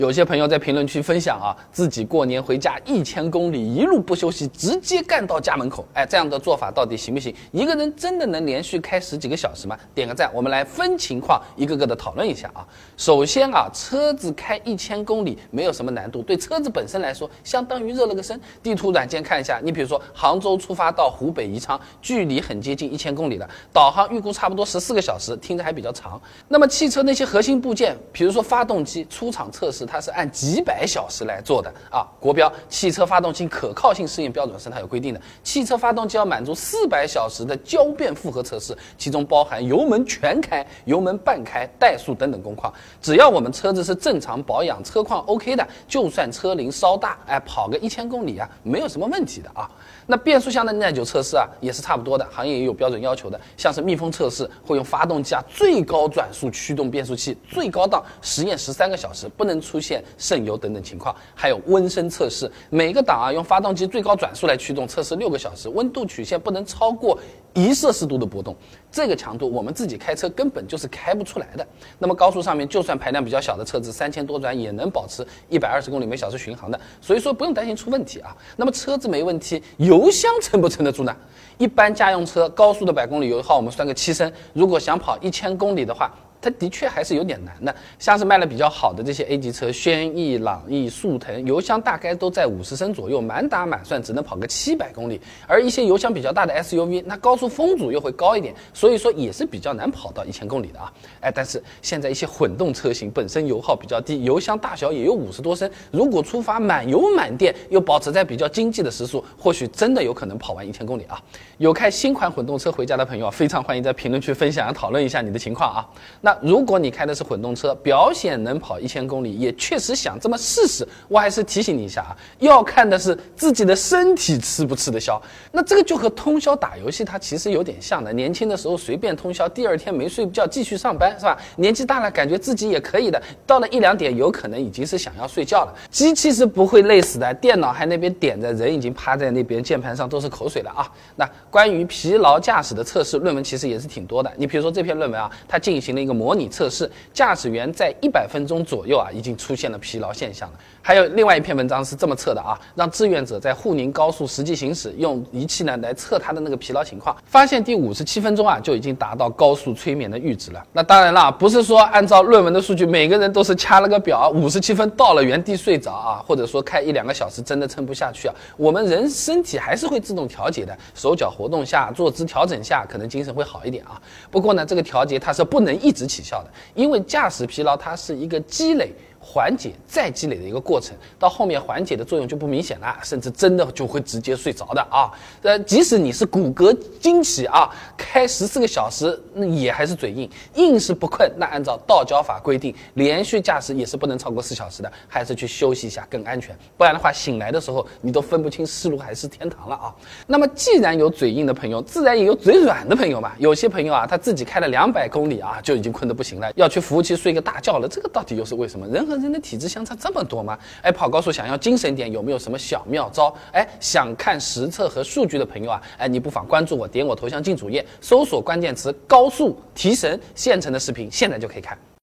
有些朋友在评论区分享啊，自己过年回家1000公里，一路不休息，直接干到家门口。这样的做法到底行不行？一个人真的能连续开10几个小时吗？点个赞，我们来分情况一个个的讨论一下啊。首先啊，车子开1000公里没有什么难度，对车子本身来说，相当于热了个身。地图软件看一下，你比如说杭州出发到湖北宜昌，距离很接近1000公里了，导航预估差不多14个小时，听着还比较长。那么汽车那些核心部件，比如说发动机出厂测试，它是按几百小时来做的啊。国标汽车发动机可靠性试验标准是它有规定的，汽车发动机要满足400小时的交变负荷测试，其中包含油门全开、油门半开、怠速等等工况。只要我们车子是正常保养，车况 OK 的，就算车龄稍大，跑个1000公里啊，没有什么问题的啊。那变速箱的耐久测试啊，也是差不多的，行业也有标准要求的，像是密封测试会用发动机最高转速驱动变速器，最高档实验13个小时，不能出现渗油等等情况。还有温升测试，每个档用发动机最高转速来驱动，测试6个小时，温度曲线不能超过1摄氏度的波动，这个强度我们自己开车根本就是开不出来的。那么高速上面，就算排量比较小的车子3000多转也能保持120公里每小时巡航的，所以说不用担心出问题啊。那么车子没问题，油箱撑不撑得住呢？一般家用车高速的100公里油耗我们算个7升，如果想跑1000公里的话，它的确还是有点难的。像是卖了比较好的这些 A 级车，轩逸、朗逸、速腾，油箱大概都在50升左右，满打满算只能跑个700公里。而一些油箱比较大的 SUV， 那高速风阻又会高一点，所以说也是比较难跑到1000公里的啊。但是现在一些混动车型本身油耗比较低，油箱大小也有50多升，如果出发满油满电，又保持在比较经济的时速，或许真的有可能跑完1000公里啊。有开新款混动车回家的朋友，非常欢迎在评论区分享讨论一下你的情况啊。那如果你开的是混动车，表显能跑1000公里，也确实想这么试试，我还是提醒你一下啊，要看的是自己的身体吃不吃得消。那这个就和通宵打游戏它其实有点像的，年轻的时候随便通宵，第二天没睡觉继续上班，是吧？年纪大了感觉自己也可以的，到了1、2点有可能已经是想要睡觉了。机器是不会累死的，电脑还那边点着，人已经趴在那边，键盘上都是口水了啊。那关于疲劳驾驶的测试论文其实也是挺多的，你比如说这篇论文啊，它进行了一个模拟测试，驾驶员在100分钟左右已经出现了疲劳现象了。还有另外一篇文章是这么测的啊，让志愿者在沪宁高速实际行驶，用仪器呢来测他的那个疲劳情况，发现第57分钟就已经达到高速催眠的阈值了。那当然了，不是说按照论文的数据，每个人都是掐了个表，57分到了原地睡着或者说开1、2个小时真的撑不下去我们人身体还是会自动调节的，手脚活动下，坐姿调整下，可能精神会好一点不过呢，这个调节它是不能一直起效的，因为驾驶疲劳它是一个积累、缓解再积累的一个过程，到后面缓解的作用就不明显了，甚至真的就会直接睡着的即使你是骨骼惊奇开14个小时那也还是嘴硬，硬是不困，那按照道交法规定，连续驾驶也是不能超过4小时的，还是去休息一下更安全，不然的话醒来的时候你都分不清是路还是天堂了那么既然有嘴硬的朋友，自然也有嘴软的朋友嘛。有些朋友他自己开了200公里就已经困得不行了，要去服务器睡个大觉了，这个到底又是为什么？人和人的体质相差这么多吗？跑高速想要精神点，有没有什么小妙招？想看实测和数据的朋友你不妨关注我，点我头像进主页，搜索关键词高速提神，现成的视频现在就可以看。